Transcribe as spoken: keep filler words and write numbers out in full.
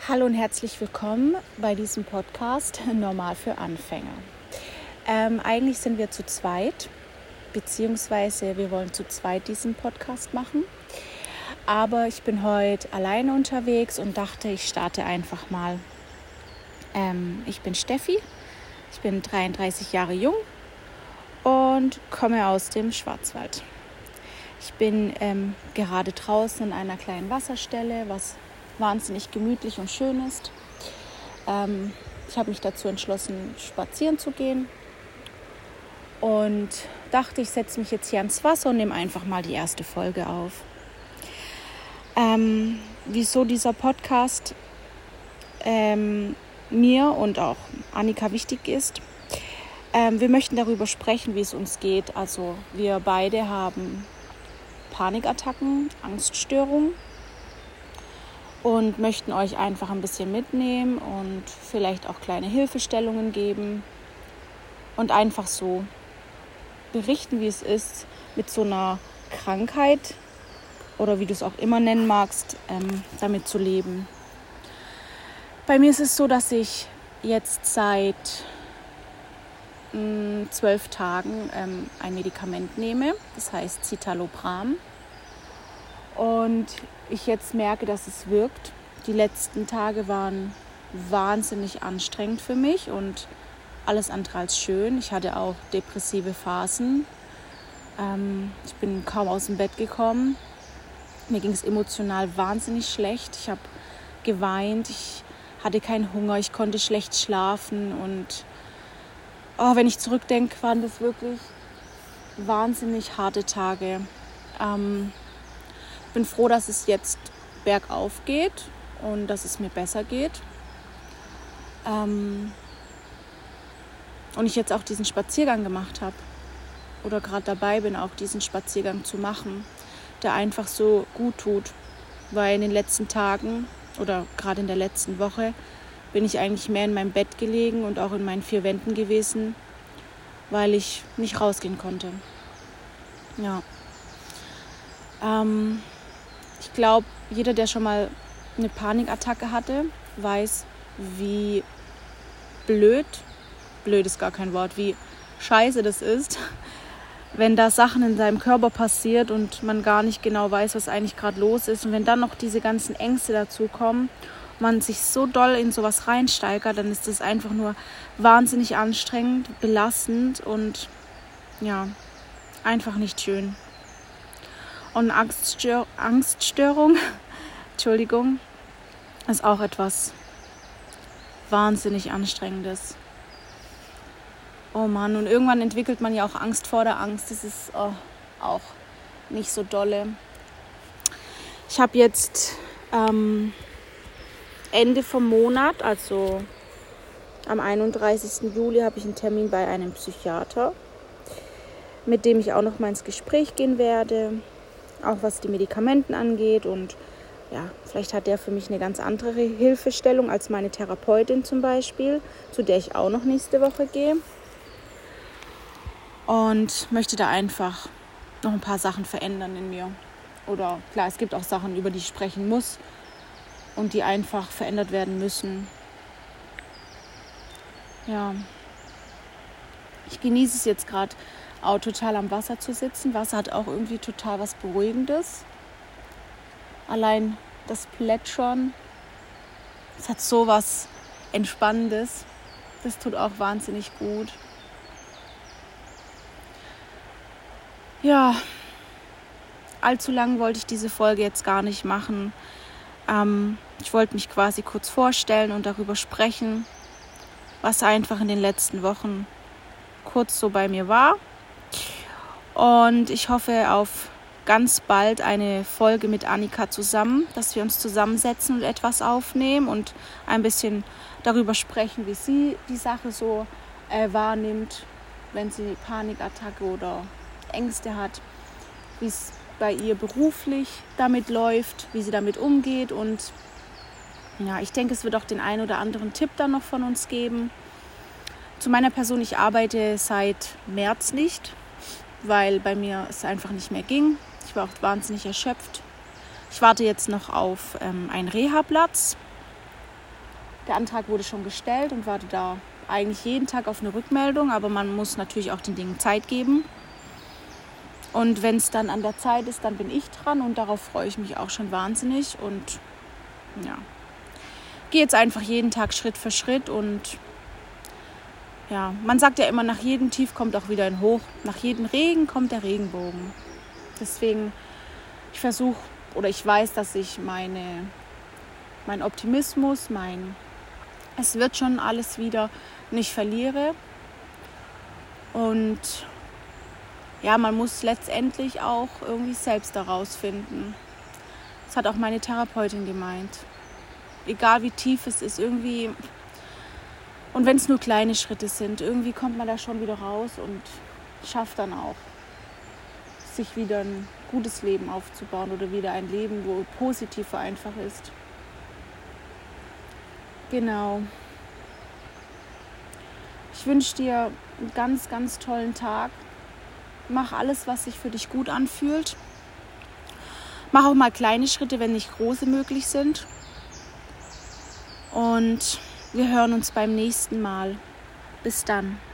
Hallo und herzlich willkommen bei diesem Podcast Normal für Anfänger. Ähm, eigentlich sind wir zu zweit, beziehungsweise wir wollen zu zweit diesen Podcast machen. Aber ich bin heute alleine unterwegs und dachte, ich starte einfach mal. Ähm, ich bin Steffi, ich bin dreiunddreißig Jahre jung und komme aus dem Schwarzwald. Ich bin ähm, gerade draußen in einer kleinen Wasserstelle, was wahnsinnig gemütlich und schön ist. Ähm, ich habe mich dazu entschlossen, spazieren zu gehen und dachte, ich setze mich jetzt hier ans Wasser und nehme einfach mal die erste Folge auf. Ähm, wieso dieser Podcast ähm, mir und auch Annika wichtig ist. Ähm, wir möchten darüber sprechen, wie es uns geht. Also wir beide haben Panikattacken, Angststörungen und möchten euch einfach ein bisschen mitnehmen und vielleicht auch kleine Hilfestellungen geben und einfach so berichten, wie es ist, mit so einer Krankheit oder wie du es auch immer nennen magst, ähm, damit zu leben. Bei mir ist es so, dass ich jetzt seit mh, zwölf Tagen ähm, ein Medikament nehme, das heißt Citalopram. Und ich jetzt merke, dass es wirkt. Die letzten Tage waren wahnsinnig anstrengend für mich und alles andere als schön. Ich hatte auch depressive Phasen. Ähm, ich bin kaum aus dem Bett gekommen. Mir ging es emotional wahnsinnig schlecht. Ich habe geweint, ich hatte keinen Hunger, ich konnte schlecht schlafen. Und oh, wenn ich zurückdenke, waren das wirklich wahnsinnig harte Tage. Ähm, Ich bin froh, dass es jetzt bergauf geht und dass es mir besser geht. Ähm und ich jetzt auch diesen Spaziergang gemacht habe oder gerade dabei bin, auch diesen Spaziergang zu machen, der einfach so gut tut. Weil in den letzten Tagen oder gerade in der letzten Woche bin ich eigentlich mehr in meinem Bett gelegen und auch in meinen vier Wänden gewesen, weil ich nicht rausgehen konnte. Ja. Ähm Ich glaube, jeder, der schon mal eine Panikattacke hatte, weiß, wie blöd, blöd ist gar kein Wort, wie scheiße das ist, wenn da Sachen in seinem Körper passiert und man gar nicht genau weiß, was eigentlich gerade los ist. Und wenn dann noch diese ganzen Ängste dazukommen, man sich so doll in sowas reinsteigert, dann ist das einfach nur wahnsinnig anstrengend, belastend und ja, einfach nicht schön. Und Angststör- Angststörung, Entschuldigung, ist auch etwas wahnsinnig Anstrengendes. Oh Mann, und irgendwann entwickelt man ja auch Angst vor der Angst. Das ist oh, auch nicht so dolle. Ich habe jetzt ähm, Ende vom Monat, also am einunddreißigsten Juli, habe ich einen Termin bei einem Psychiater, mit dem ich auch noch mal ins Gespräch gehen werde. Auch was die Medikamenten angeht und ja, vielleicht hat der für mich eine ganz andere Hilfestellung als meine Therapeutin zum Beispiel, zu der ich auch noch nächste Woche gehe. Und möchte da einfach noch ein paar Sachen verändern in mir. Oder klar, es gibt auch Sachen, über die ich sprechen muss und die einfach verändert werden müssen. Ja, ich genieße es jetzt gerade auch total am Wasser zu sitzen. Wasser hat auch irgendwie total was Beruhigendes. Allein das Plätschern, es hat so was Entspannendes. Das tut auch wahnsinnig gut. Ja, allzu lang wollte ich diese Folge jetzt gar nicht machen. Ähm, ich wollte mich quasi kurz vorstellen und darüber sprechen, was einfach in den letzten Wochen kurz so bei mir war. Und ich hoffe auf ganz bald eine Folge mit Annika zusammen, dass wir uns zusammensetzen und etwas aufnehmen und ein bisschen darüber sprechen, wie sie die Sache so äh, wahrnimmt, wenn sie Panikattacke oder Ängste hat, wie es bei ihr beruflich damit läuft, wie sie damit umgeht. Und ja, ich denke, es wird auch den einen oder anderen Tipp dann noch von uns geben. Zu meiner Person, ich arbeite seit März nicht, weil bei mir es einfach nicht mehr ging. Ich war auch wahnsinnig erschöpft. Ich warte jetzt noch auf ähm, einen Reha-Platz Der Antrag wurde schon gestellt und warte da eigentlich jeden Tag auf eine Rückmeldung, aber man muss natürlich auch den Dingen Zeit geben. Und wenn es dann an der Zeit ist, dann bin ich dran und darauf freue ich mich auch schon wahnsinnig. Und ja, gehe jetzt einfach jeden Tag Schritt für Schritt und ja, man sagt ja immer, nach jedem Tief kommt auch wieder ein Hoch, nach jedem Regen kommt der Regenbogen. Deswegen, ich versuche oder ich weiß, dass ich meine, mein Optimismus, mein es wird schon alles wieder nicht verliere. Und ja, man muss letztendlich auch irgendwie selbst daraus finden. Das hat auch meine Therapeutin gemeint. Egal wie tief es ist, irgendwie, und wenn es nur kleine Schritte sind, irgendwie kommt man da schon wieder raus und schafft dann auch, sich wieder ein gutes Leben aufzubauen oder wieder ein Leben, wo positiver einfach ist. Genau. Ich wünsche dir einen ganz, ganz tollen Tag. Mach alles, was sich für dich gut anfühlt. Mach auch mal kleine Schritte, wenn nicht große möglich sind. Und wir hören uns beim nächsten Mal. Bis dann.